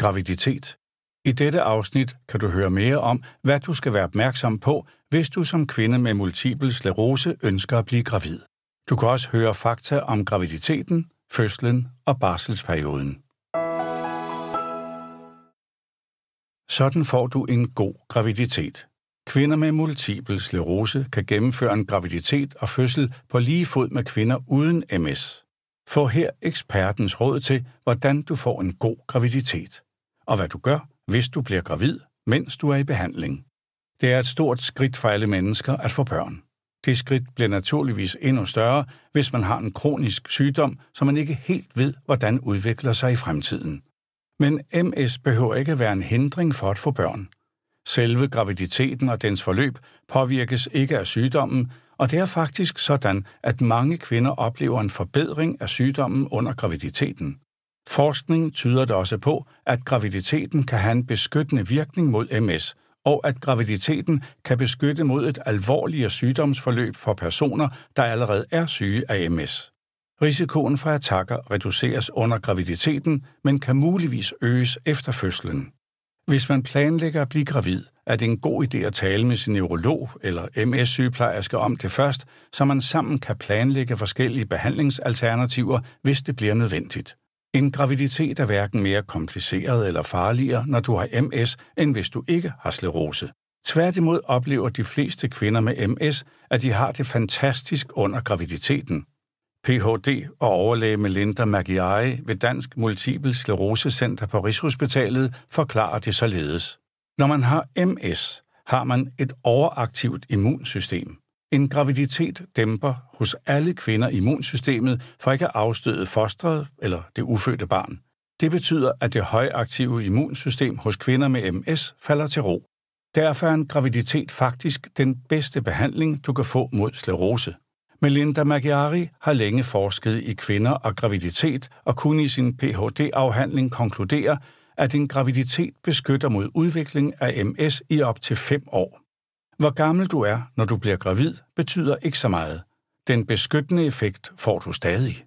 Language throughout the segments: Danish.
Graviditet. I dette afsnit kan du høre mere om, hvad du skal være opmærksom på, hvis du som kvinde med multipel sklerose ønsker at blive gravid. Du kan også høre fakta om graviditeten, fødslen og barselsperioden. Sådan får du en god graviditet. Kvinder med multipel sklerose kan gennemføre en graviditet og fødsel på lige fod med kvinder uden MS. Få her ekspertens råd til, hvordan du får en god graviditet, og hvad du gør, hvis du bliver gravid, mens du er i behandling. Det er et stort skridt for alle mennesker at få børn. Det skridt bliver naturligvis endnu større, hvis man har en kronisk sygdom, som man ikke helt ved, hvordan udvikler sig i fremtiden. Men MS behøver ikke at være en hindring for at få børn. Selve graviditeten og dens forløb påvirkes ikke af sygdommen, og det er faktisk sådan, at mange kvinder oplever en forbedring af sygdommen under graviditeten. Forskning tyder da også på, at graviditeten kan have en beskyttende virkning mod MS, og at graviditeten kan beskytte mod et alvorligere sygdomsforløb for personer, der allerede er syge af MS. Risikoen for attacker reduceres under graviditeten, men kan muligvis øges efter fødslen. Hvis man planlægger at blive gravid, er det en god idé at tale med sin neurolog eller MS-sygeplejerske om det først, så man sammen kan planlægge forskellige behandlingsalternativer, hvis det bliver nødvendigt. En graviditet er hverken mere kompliceret eller farligere, når du har MS, end hvis du ikke har sklerose. Tværtimod oplever de fleste kvinder med MS, at de har det fantastisk under graviditeten. Ph.d. og overlæge Melinda Maggiari ved Dansk Multipel Sklerosecenter på Rigshospitalet forklarer det således. Når man har MS, har man et overaktivt immunsystem. En graviditet dæmper hos alle kvinder immunsystemet for ikke at afstøde fosteret eller det ufødte barn. Det betyder, at det højaktive immunsystem hos kvinder med MS falder til ro. Derfor er en graviditet faktisk den bedste behandling, du kan få mod sklerose. Melinda Maggiari har længe forsket i kvinder og graviditet og kunne i sin Ph.D.-afhandling konkludere, at en graviditet beskytter mod udvikling af MS i op til 5 år. Hvor gammel du er, når du bliver gravid, betyder ikke så meget. Den beskyttende effekt får du stadig.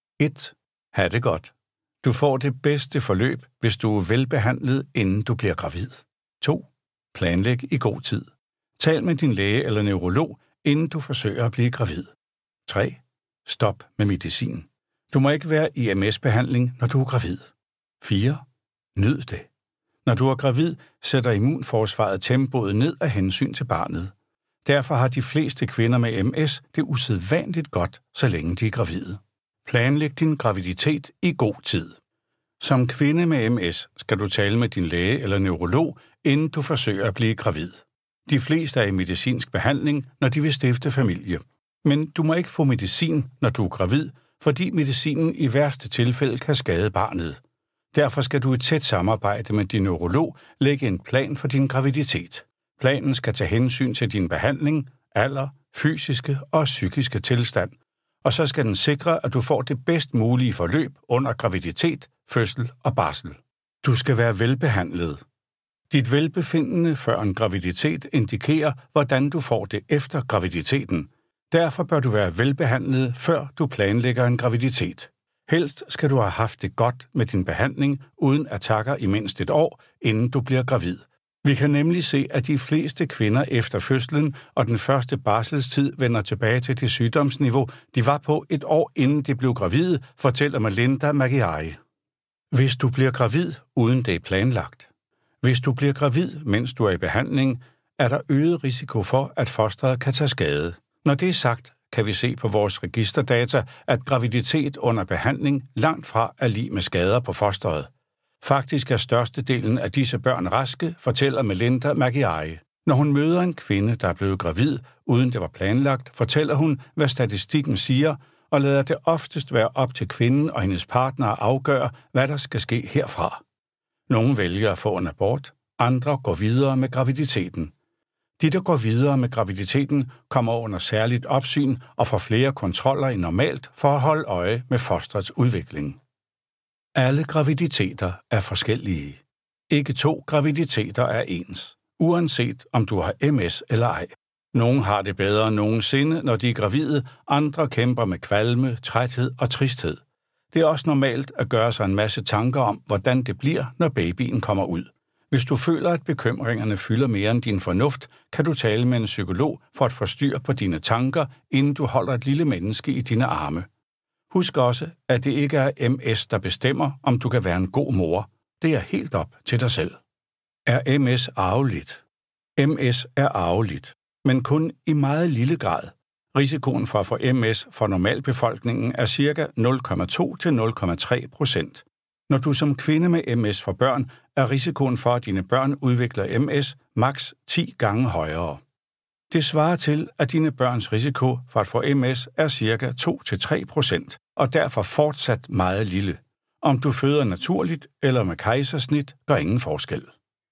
1. Ha' det godt. Du får det bedste forløb, hvis du er velbehandlet, inden du bliver gravid. 2. Planlæg i god tid. Tal med din læge eller neurolog, inden du forsøger at blive gravid. 3. Stop med medicin. Du må ikke være i MS-behandling, når du er gravid. 4. Nyd det. Når du er gravid, sætter immunforsvaret tempoet ned af hensyn til barnet. Derfor har de fleste kvinder med MS det usædvanligt godt, så længe de er gravide. Planlæg din graviditet i god tid. Som kvinde med MS skal du tale med din læge eller neurolog, inden du forsøger at blive gravid. De fleste er i medicinsk behandling, når de vil stifte familie. Men du må ikke få medicin, når du er gravid, fordi medicinen i værste tilfælde kan skade barnet. Derfor skal du i tæt samarbejde med din neurolog lægge en plan for din graviditet. Planen skal tage hensyn til din behandling, alder, fysiske og psykiske tilstand, og så skal den sikre, at du får det bedst mulige forløb under graviditet, fødsel og barsel. Du skal være velbehandlet. Dit velbefindende før en graviditet indikerer, hvordan du får det efter graviditeten. Derfor bør du være velbehandlet, før du planlægger en graviditet. Helst skal du have haft det godt med din behandling, uden attacker i mindst 1 år, inden du bliver gravid. Vi kan nemlig se, at de fleste kvinder efter fødslen og den første barselstid vender tilbage til det sygdomsniveau, de var på 1 år inden de blev gravide, fortæller Melinda Maggiari. Hvis du bliver gravid, uden det er planlagt. Hvis du bliver gravid, mens du er i behandling, er der øget risiko for, at fosteret kan tage skade. Når det er sagt, kan vi se på vores registerdata, at graviditet under behandling langt fra er lig med skader på fosteret. Faktisk er størstedelen af disse børn raske, fortæller Melinda Maggiari. Når hun møder en kvinde, der er blevet gravid, uden det var planlagt, fortæller hun, hvad statistikken siger, og lader det oftest være op til kvinden og hendes partner at afgøre, hvad der skal ske herfra. Nogle vælger at få en abort, andre går videre med graviditeten. De, der går videre med graviditeten, kommer under særligt opsyn og får flere kontroller end normalt for at holde øje med fosterets udvikling. Alle graviditeter er forskellige. Ikke 2 graviditeter er ens, uanset om du har MS eller ej. Nogle har det bedre end nogensinde, når de er gravide, andre kæmper med kvalme, træthed og tristhed. Det er også normalt at gøre sig en masse tanker om, hvordan det bliver, når babyen kommer ud. Hvis du føler, at bekymringerne fylder mere end din fornuft, kan du tale med en psykolog for at få styr på dine tanker, inden du holder et lille menneske i dine arme. Husk også, at det ikke er MS, der bestemmer, om du kan være en god mor. Det er helt op til dig selv. Er MS arveligt? MS er arveligt, men kun i meget lille grad. Risikoen for at få MS for normalbefolkningen er ca. 0,2 til 0,3%. Når du som kvinde med MS får børn, er risikoen for, at dine børn udvikler MS maks 10 gange højere. Det svarer til, at dine børns risiko for at få MS er ca. 2-3%, og derfor fortsat meget lille. Om du føder naturligt eller med kejsersnit, gør ingen forskel.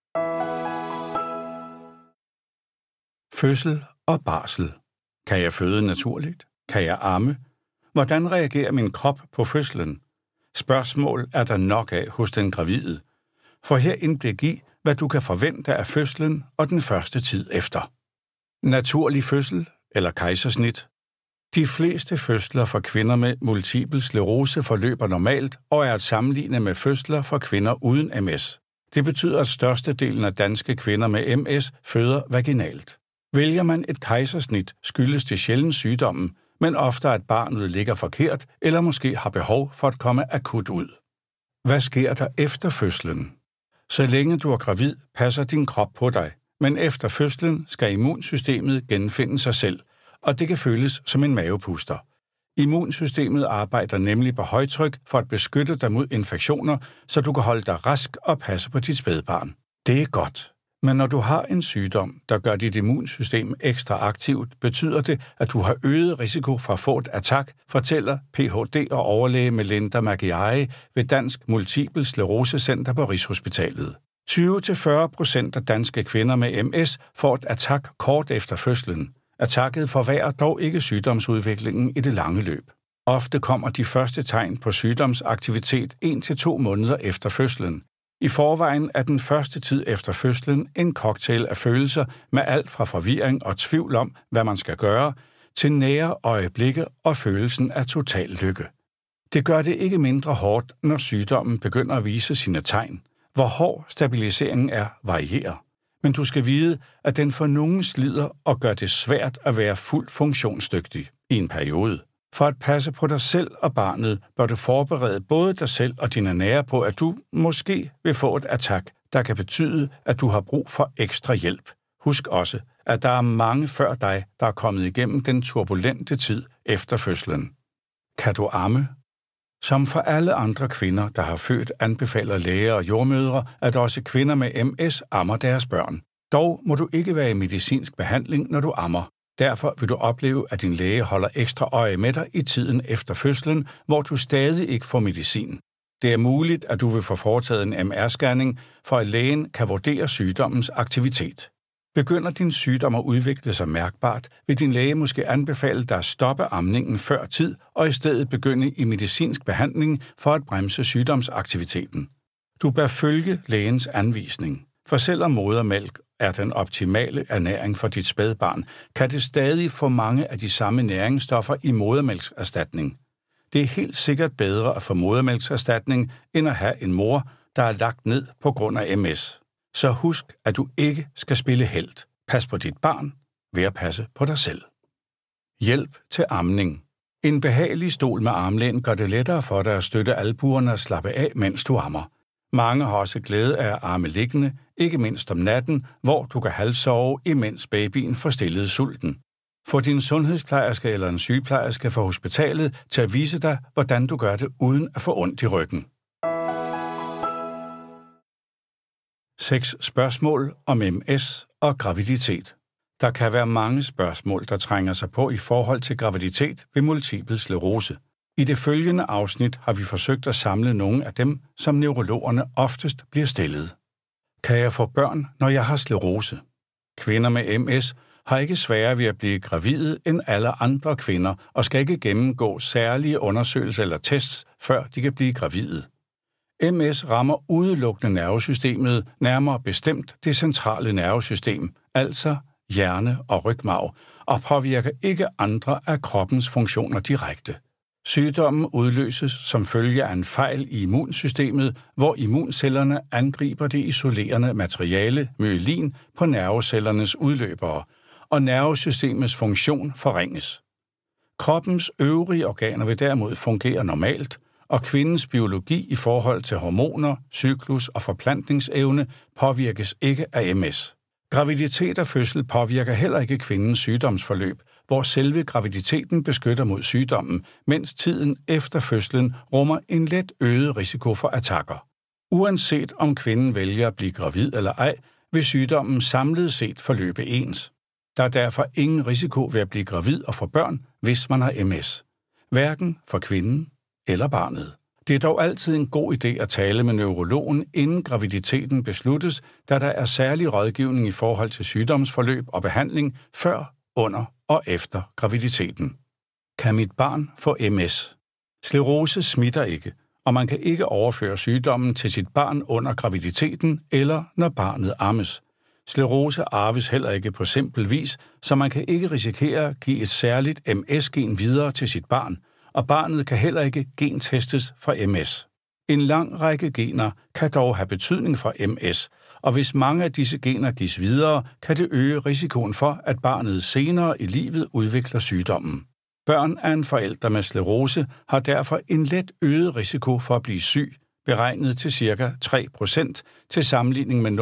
Fødsel og barsel. Kan jeg føde naturligt? Kan jeg amme? Hvordan reagerer min krop på fødslen? Spørgsmål er der nok af hos den gravide. For her indblik i, hvad du kan forvente af fødslen og den første tid efter. Naturlig fødsel eller kejsersnit. De fleste fødsler for kvinder med multipel sklerose forløber normalt og er at sammenligne med fødsler for kvinder uden MS. Det betyder, at størstedelen af danske kvinder med MS føder vaginalt. Vælger man et kejsersnit, skyldes det sjældent sygdommen, men ofte at barnet ligger forkert eller måske har behov for at komme akut ud. Hvad sker der efter fødslen? Så længe du er gravid, passer din krop på dig, men efter fødslen skal immunsystemet genfinde sig selv, og det kan føles som en mavepuster. Immunsystemet arbejder nemlig på højtryk for at beskytte dig mod infektioner, så du kan holde dig rask og passe på dit spædbarn. Det er godt. Men når du har en sygdom, der gør dit immunsystem ekstra aktivt, betyder det, at du har øget risiko for at få et attack, fortæller Ph.D. og overlæge Melinda Maggiari ved Dansk Multipel Sklerose Center på Rigshospitalet. 20-40% af danske kvinder med MS får et attack kort efter fødslen. Attacket forværrer dog ikke sygdomsudviklingen i det lange løb. Ofte kommer de første tegn på sygdomsaktivitet 1-2 måneder efter fødslen. I forvejen er den første tid efter fødslen en cocktail af følelser med alt fra forvirring og tvivl om, hvad man skal gøre, til nære øjeblikke og følelsen af total lykke. Det gør det ikke mindre hårdt, når sygdommen begynder at vise sine tegn. Hvor hård stabiliseringen er, varierer. Men du skal vide, at den for nogen slider og gør det svært at være fuldt funktionsdygtig i en periode. For at passe på dig selv og barnet, bør du forberede både dig selv og dine nære på, at du måske vil få et attack, der kan betyde, at du har brug for ekstra hjælp. Husk også, at der er mange før dig, der er kommet igennem den turbulente tid efter fødslen. Kan du amme? Som for alle andre kvinder, der har født, anbefaler læger og jordmødre, at også kvinder med MS ammer deres børn. Dog må du ikke være i medicinsk behandling, når du ammer. Derfor vil du opleve, at din læge holder ekstra øje med dig i tiden efter fødslen, hvor du stadig ikke får medicin. Det er muligt, at du vil få foretaget en MR-scanning, for at lægen kan vurdere sygdommens aktivitet. Begynder din sygdom at udvikle sig mærkbart, vil din læge måske anbefale dig at stoppe amningen før tid og i stedet begynde i medicinsk behandling for at bremse sygdomsaktiviteten. Du bør følge lægens anvisning, for selvom modermælk er den optimale ernæring for dit spædbarn, kan det stadig få mange af de samme næringsstoffer i modermælkserstatning. Det er helt sikkert bedre at få modermælkserstatning, end at have en mor, der er lagt ned på grund af MS. Så husk, at du ikke skal spille helt. Pas på dit barn ved at passe på dig selv. Hjælp til amning. En behagelig stol med armlæn gør det lettere for dig at støtte albuerne og slappe af, mens du ammer. Mange har også glæde af at amme liggende, ikke mindst om natten, hvor du kan halvsove, imens babyen får stillet sulten. Få din sundhedsplejerske eller en sygeplejerske fra hospitalet til at vise dig, hvordan du gør det uden at få ondt i ryggen. 6 spørgsmål om MS og graviditet. Der kan være mange spørgsmål, der trænger sig på i forhold til graviditet ved multipel sklerose. I det følgende afsnit har vi forsøgt at samle nogle af dem, som neurologerne oftest bliver stillet. Kan jeg få børn, når jeg har sklerose? Kvinder med MS har ikke sværere ved at blive gravide end alle andre kvinder og skal ikke gennemgå særlige undersøgelser eller tests, før de kan blive gravide. MS rammer udelukkende nervesystemet, nærmere bestemt det centrale nervesystem, altså hjerne og rygmarv, og påvirker ikke andre af kroppens funktioner direkte. Sygdommen udløses som følge af en fejl i immunsystemet, hvor immuncellerne angriber det isolerende materiale, myelin, på nervecellernes udløbere, og nervesystemets funktion forringes. Kroppens øvrige organer vil derimod fungere normalt, og kvindens biologi i forhold til hormoner, cyklus og forplantningsevne påvirkes ikke af MS. Graviditet og fødsel påvirker heller ikke kvindens sygdomsforløb, hvor selve graviditeten beskytter mod sygdommen, mens tiden efter fødslen rummer en let øget risiko for attacker. Uanset om kvinden vælger at blive gravid eller ej, vil sygdommen samlet set forløbe ens. Der er derfor ingen risiko ved at blive gravid og få børn, hvis man har MS. Hverken for kvinden eller barnet. Det er dog altid en god idé at tale med neurologen, inden graviditeten besluttes, da der er særlig rådgivning i forhold til sygdomsforløb og behandling før, under og efter graviditeten. Kan mit barn få MS? Sklerose smitter ikke, og man kan ikke overføre sygdommen til sit barn under graviditeten eller når barnet ammes. Sklerose arves heller ikke på simpel vis, så man kan ikke risikere at give et særligt MS-gen videre til sit barn, og barnet kan heller ikke gentestes for MS. En lang række gener kan dog have betydning for MS, og hvis mange af disse gener gives videre, kan det øge risikoen for, at barnet senere i livet udvikler sygdommen. Børn af en forælder med sklerose har derfor en let øget risiko for at blive syg, beregnet til ca. 3% til sammenligning med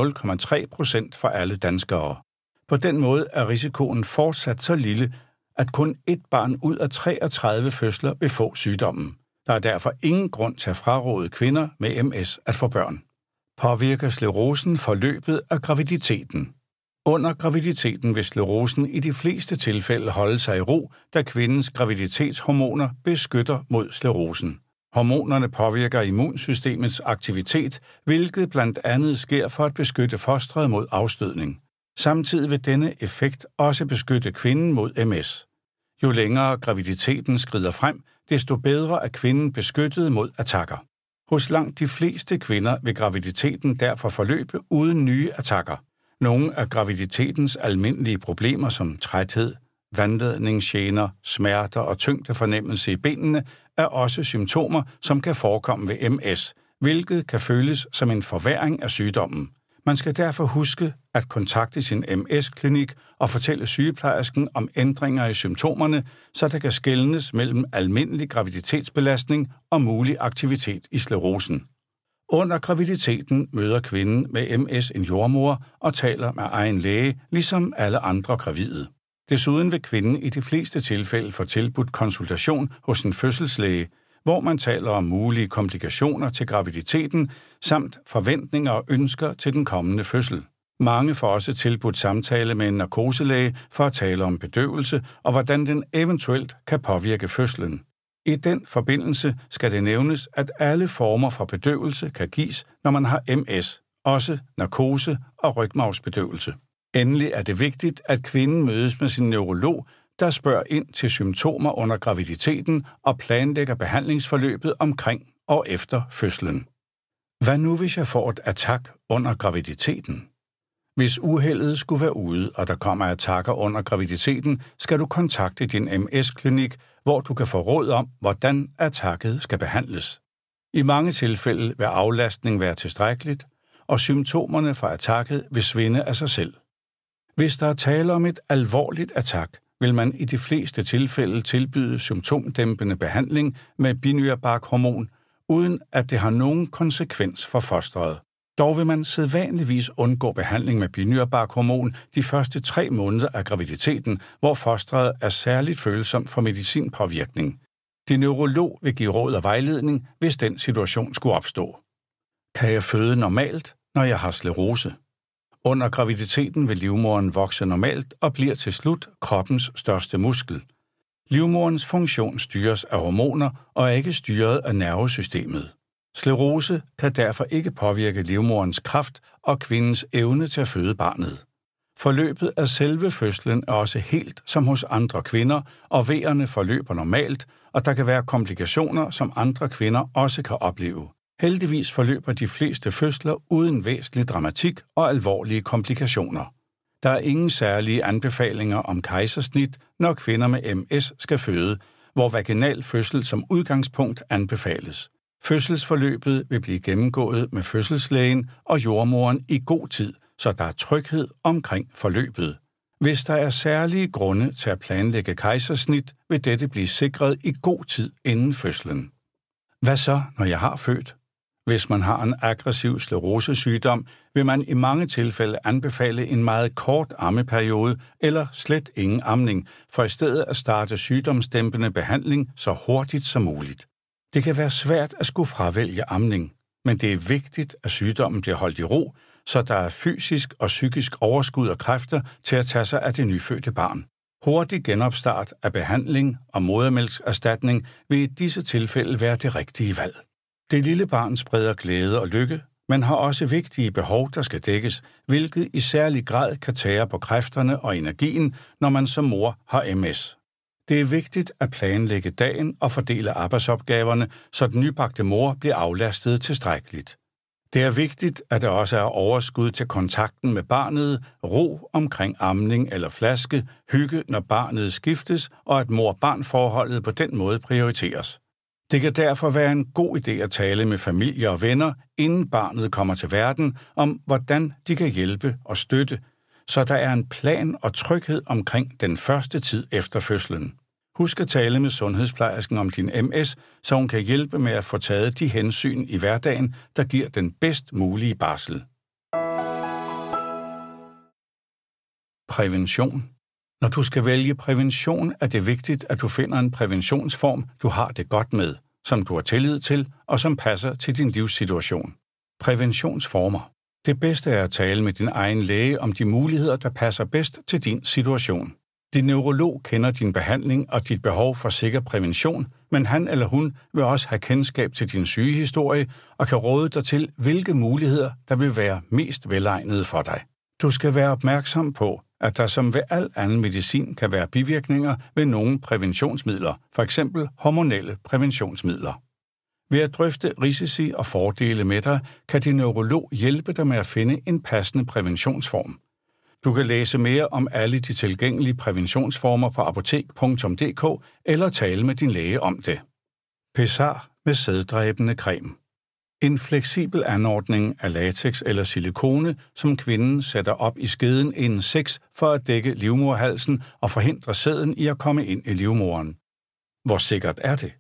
0,3% for alle danskere. På den måde er risikoen fortsat så lille, at kun et barn ud af 33 fødsler vil få sygdommen. Der er derfor ingen grund til at fraråde kvinder med MS at få børn. Påvirker sklerosen forløbet af graviditeten? Under graviditeten vil sklerosen i de fleste tilfælde holde sig i ro, da kvindens graviditetshormoner beskytter mod sklerosen. Hormonerne påvirker immunsystemets aktivitet, hvilket blandt andet sker for at beskytte fosteret mod afstødning. Samtidig vil denne effekt også beskytte kvinden mod MS. Jo længere graviditeten skrider frem, desto bedre er kvinden beskyttet mod attacker. Hos langt de fleste kvinder vil graviditeten derfor forløbe uden nye attacker. Nogle af graviditetens almindelige problemer som træthed, vandladningsgener, smerter og tyngdefornemmelse i benene er også symptomer, som kan forekomme ved MS, hvilket kan føles som en forværring af sygdommen. Man skal derfor huske at kontakte sin MS-klinik og fortælle sygeplejersken om ændringer i symptomerne, så der kan skelnes mellem almindelig graviditetsbelastning og mulig aktivitet i sklerosen. Under graviditeten møder kvinden med MS en jordemoder og taler med egen læge, ligesom alle andre gravide. Desuden vil kvinden i de fleste tilfælde få tilbudt konsultation hos en fødselslæge, hvor man taler om mulige komplikationer til graviditeten, samt forventninger og ønsker til den kommende fødsel. Mange får også tilbudt samtale med en narkoselæge for at tale om bedøvelse og hvordan den eventuelt kan påvirke fødslen. I den forbindelse skal det nævnes, at alle former for bedøvelse kan gives, når man har MS, også narkose og rygmarvsbedøvelse. Endelig er det vigtigt, at kvinden mødes med sin neurolog, der spørger ind til symptomer under graviditeten og planlægger behandlingsforløbet omkring og efter fødslen. Hvad nu, hvis jeg får et attak under graviditeten? Hvis uheldet skulle være ude, og der kommer attacker under graviditeten, skal du kontakte din MS-klinik, hvor du kan få råd om, hvordan attakket skal behandles. I mange tilfælde vil aflastning være tilstrækkeligt, og symptomerne fra attakket vil svinde af sig selv. Hvis der er tale om et alvorligt attak, vil man i de fleste tilfælde tilbyde symptomdæmpende behandling med binyrbarkhormon, uden at det har nogen konsekvens for fosteret. Dog vil man sædvanligvis undgå behandling med binyrbarkhormon de første 3 måneder af graviditeten, hvor fosteret er særligt følsom for medicinpåvirkning. Din neurolog vil give råd og vejledning, hvis den situation skulle opstå. Kan jeg føde normalt, når jeg har sklerose? Under graviditeten vil livmoderen vokse normalt og bliver til slut kroppens største muskel. Livmoderens funktion styres af hormoner og er ikke styret af nervesystemet. Sklerose kan derfor ikke påvirke livmoderens kraft og kvindens evne til at føde barnet. Forløbet af selve fødslen er også helt som hos andre kvinder, og vejerne forløber normalt, og der kan være komplikationer, som andre kvinder også kan opleve. Heldigvis forløber de fleste fødsler uden væsentlig dramatik og alvorlige komplikationer. Der er ingen særlige anbefalinger om kejsersnit, når kvinder med MS skal føde, hvor vaginal fødsel som udgangspunkt anbefales. Fødselsforløbet vil blive gennemgået med fødselslægen og jordmoren i god tid, så der er tryghed omkring forløbet. Hvis der er særlige grunde til at planlægge kejsersnit, vil dette blive sikret i god tid inden fødslen. Hvad så, når jeg har født? Hvis man har en aggressiv sklerosesygdom, vil man i mange tilfælde anbefale en meget kort ammeperiode eller slet ingen amning, for i stedet at starte sygdomsdæmpende behandling så hurtigt som muligt. Det kan være svært at skulle fravælge amning, men det er vigtigt, at sygdommen bliver holdt i ro, så der er fysisk og psykisk overskud og kræfter til at tage sig af det nyfødte barn. Hurtig genopstart af behandling og modermælkserstatning vil i disse tilfælde være det rigtige valg. Det lille barn spreder glæde og lykke, men har også vigtige behov, der skal dækkes, hvilket i særlig grad kan tære på kræfterne og energien, når man som mor har MS. Det er vigtigt at planlægge dagen og fordele arbejdsopgaverne, så den nybagte mor bliver aflastet tilstrækkeligt. Det er vigtigt, at der også er overskud til kontakten med barnet, ro omkring amning eller flaske, hygge, når barnet skiftes, og at mor-barn-forholdet på den måde prioriteres. Det kan derfor være en god idé at tale med familie og venner, inden barnet kommer til verden, om hvordan de kan hjælpe og støtte, så der er en plan og tryghed omkring den første tid efter fødslen. Husk at tale med sundhedsplejersken om din MS, så hun kan hjælpe med at få taget de hensyn i hverdagen, der giver den bedst mulige barsel. Prævention. Når du skal vælge prævention, er det vigtigt, at du finder en præventionsform, du har det godt med, som du har tillid til og som passer til din livssituation. Præventionsformer. Det bedste er at tale med din egen læge om de muligheder, der passer bedst til din situation. Din neurolog kender din behandling og dit behov for sikker prævention, men han eller hun vil også have kendskab til din sygehistorie og kan råde dig til, hvilke muligheder, der vil være mest velegnede for dig. Du skal være opmærksom på, at der som ved al anden medicin kan være bivirkninger ved nogle præventionsmidler, f.eks. hormonelle præventionsmidler. Ved at drøfte risici og fordele med dig, kan din neurolog hjælpe dig med at finde en passende præventionsform. Du kan læse mere om alle de tilgængelige præventionsformer på apotek.dk eller tale med din læge om det. Pessar med sæddræbende creme. En fleksibel anordning af latex eller silikone, som kvinden sætter op i skeden inden sex for at dække livmoderhalsen og forhindre sæden i at komme ind i livmoderen. Hvor sikkert er det?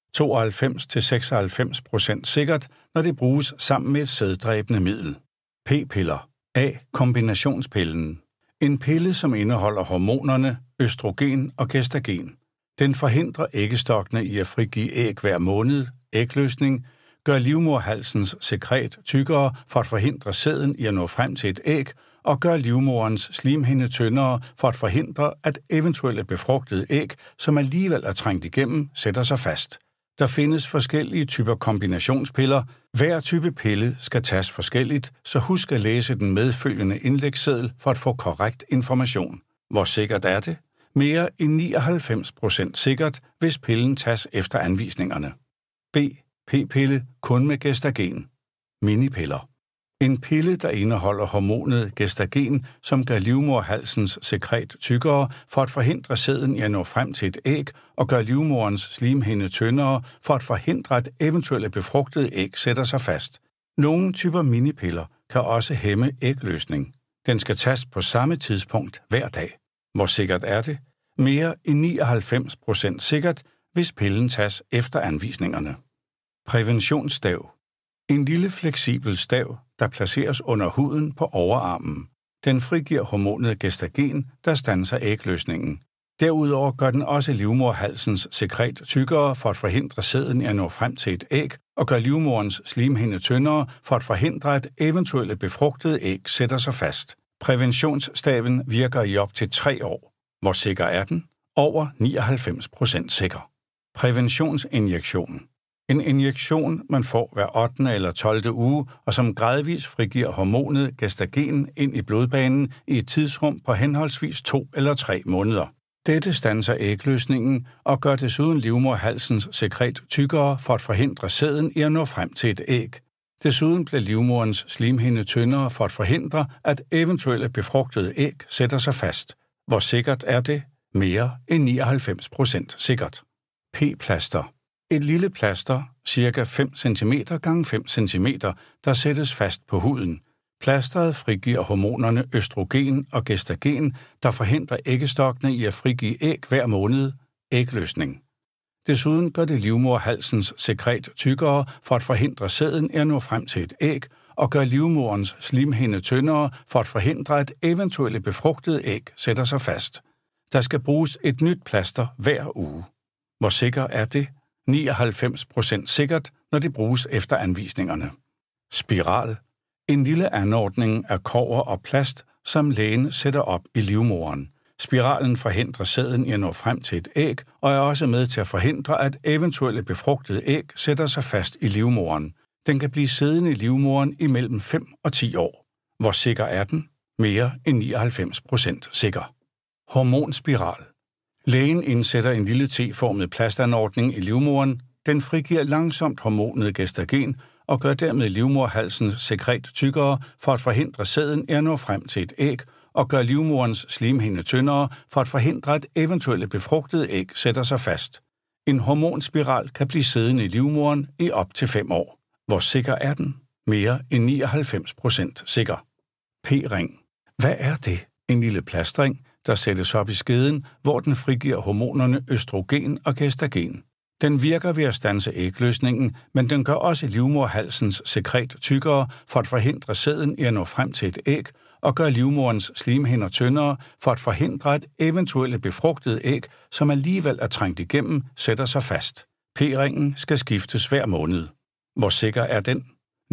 92-96% sikkert, når det bruges sammen med et sæddræbende middel. P-piller. A-kombinationspillen. En pille, som indeholder hormonerne, østrogen og gestagen. Den forhindrer æggestokkene i at frigive æg hver måned, ægløsning, gør livmoderhalsens sekret tykkere for at forhindre sæden i at nå frem til et æg, og gør livmoderens slimhinde tyndere for at forhindre, at eventuelle befrugtede æg, som alligevel er trængt igennem, sætter sig fast. Der findes forskellige typer kombinationspiller. Hver type pille skal tages forskelligt, så husk at læse den medfølgende indlægsseddel for at få korrekt information. Hvor sikkert er det? Mere end 99% sikkert, hvis pillen tages efter anvisningerne. B. P-pille kun med gestagen. Minipiller. En pille, der indeholder hormonet gestagen, som gør livmoderhalsens sekret tykkere for at forhindre sæden i at nå frem til et æg og gør livmoderens slimhinde tyndere for at forhindre, at eventuelle befrugtede æg sætter sig fast. Nogle typer minipiller kan også hæmme ægløsning. Den skal tages på samme tidspunkt hver dag. Hvor sikkert er det? Mere end 99% sikkert, hvis pillen tages efter anvisningerne. Præventionsstav. En lille fleksibel stav, der placeres under huden på overarmen. Den frigiver hormonet gestagen, der standser ægløsningen. Derudover gør den også livmoderhalsens sekret tykkere for at forhindre sæden i at nå frem til et æg, og gør livmoderens slimhinde tyndere for at forhindre, at eventuelle befrugtede æg sætter sig fast. Præventionsstaven virker i op til 3 år. Hvor sikker er den? Over 99% sikker. Præventionsinjektion. En injektion, man får hver 8. eller 12. uge, og som gradvis frigiver hormonet gestagen ind i blodbanen i et tidsrum på henholdsvis 2 eller 3 måneder. Dette standser ægløsningen og gør desuden livmoderhalsens sekret tykkere for at forhindre sæden i at nå frem til et æg. Desuden bliver livmoderens slimhinde tyndere for at forhindre, at eventuelle befrugtede æg sætter sig fast. Hvor sikkert er det? Mere end 99% sikkert. P-plaster. Et lille plaster, ca. 5 cm x 5 cm, der sættes fast på huden. Plasteret frigiver hormonerne østrogen og gestagen, der forhindrer æggestokkene i at frigive æg hver måned, ægløsning. Desuden gør det livmoderhalsens sekret tykkere for at forhindre sæden i at nå frem til et æg, og gør livmoderens slimhinde tyndere for at forhindre, at eventuelle befrugtede æg sætter sig fast. Der skal bruges et nyt plaster hver uge. Hvor sikker er det? 99% sikkert, når det bruges efter anvisningerne. Spiral. En lille anordning af kobber og plast, som lægen sætter op i livmoderen. Spiralen forhindrer sæden i at nå frem til et æg, og er også med til at forhindre, at eventuelle befrugtede æg sætter sig fast i livmoderen. Den kan blive siddende i livmoderen i mellem 5 og 10 år. Hvor sikker er den? Mere end 99% sikker. Hormonspiral. Lægen indsætter en lille T-formet plastanordning i livmoderen. Den frigiver langsomt hormonet gestagen og gør dermed livmoderhalsens sekret tykkere for at forhindre sæden i at nå frem til et æg, og gør livmoderens slimhinde tyndere for at forhindre, at eventuelle befrugtede æg sætter sig fast. En hormonspiral kan blive siddende i livmoderen i op til 5 år. Hvor sikker er den? Mere end 99% sikker. P-ring. Hvad er det? En lille plastring, der sættes op i skeden, hvor den frigiver hormonerne østrogen og gestagen. Den virker ved at standse ægløsningen, men den gør også livmoderhalsens sekret tykkere for at forhindre sæden i at nå frem til et æg, og gør livmoderens slimhinder tyndere for at forhindre, at eventuelle befrugtede æg, som alligevel er trængt igennem, sætter sig fast. P-ringen skal skiftes hver måned. Hvor sikker er den?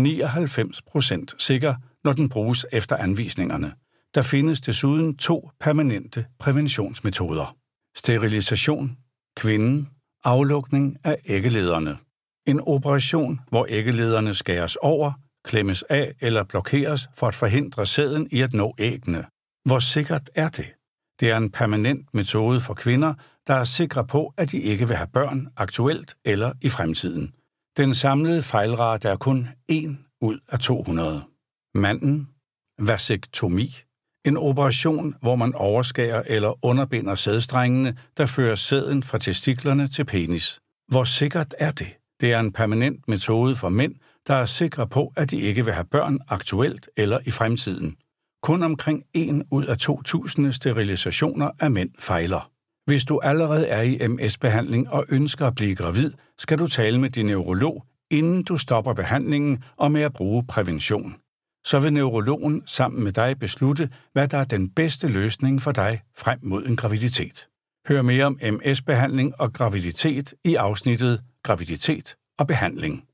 99% sikker, når den bruges efter anvisningerne. Der findes desuden 2 permanente præventionsmetoder. Sterilisation, kvinden, aflukning af æggelederne. En operation, hvor æggelederne skæres over, klemmes af eller blokeres for at forhindre sæden i at nå æggene. Hvor sikkert er det? Det er en permanent metode for kvinder, der er sikre på, at de ikke vil have børn aktuelt eller i fremtiden. Den samlede fejlrate er kun 1 ud af 200. Manden, vasektomi. En operation, hvor man overskærer eller underbinder sædstrengene, der fører sæden fra testiklerne til penis. Hvor sikkert er det? Det er en permanent metode for mænd, der er sikre på, at de ikke vil have børn aktuelt eller i fremtiden. Kun omkring 1 ud af 2.000 sterilisationer af mænd fejler. Hvis du allerede er i MS-behandling og ønsker at blive gravid, skal du tale med din neurolog, inden du stopper behandlingen og med at bruge prævention. Så vil neurologen sammen med dig beslutte, hvad der er den bedste løsning for dig frem mod en graviditet. Hør mere om MS-behandling og graviditet i afsnittet Graviditet og behandling.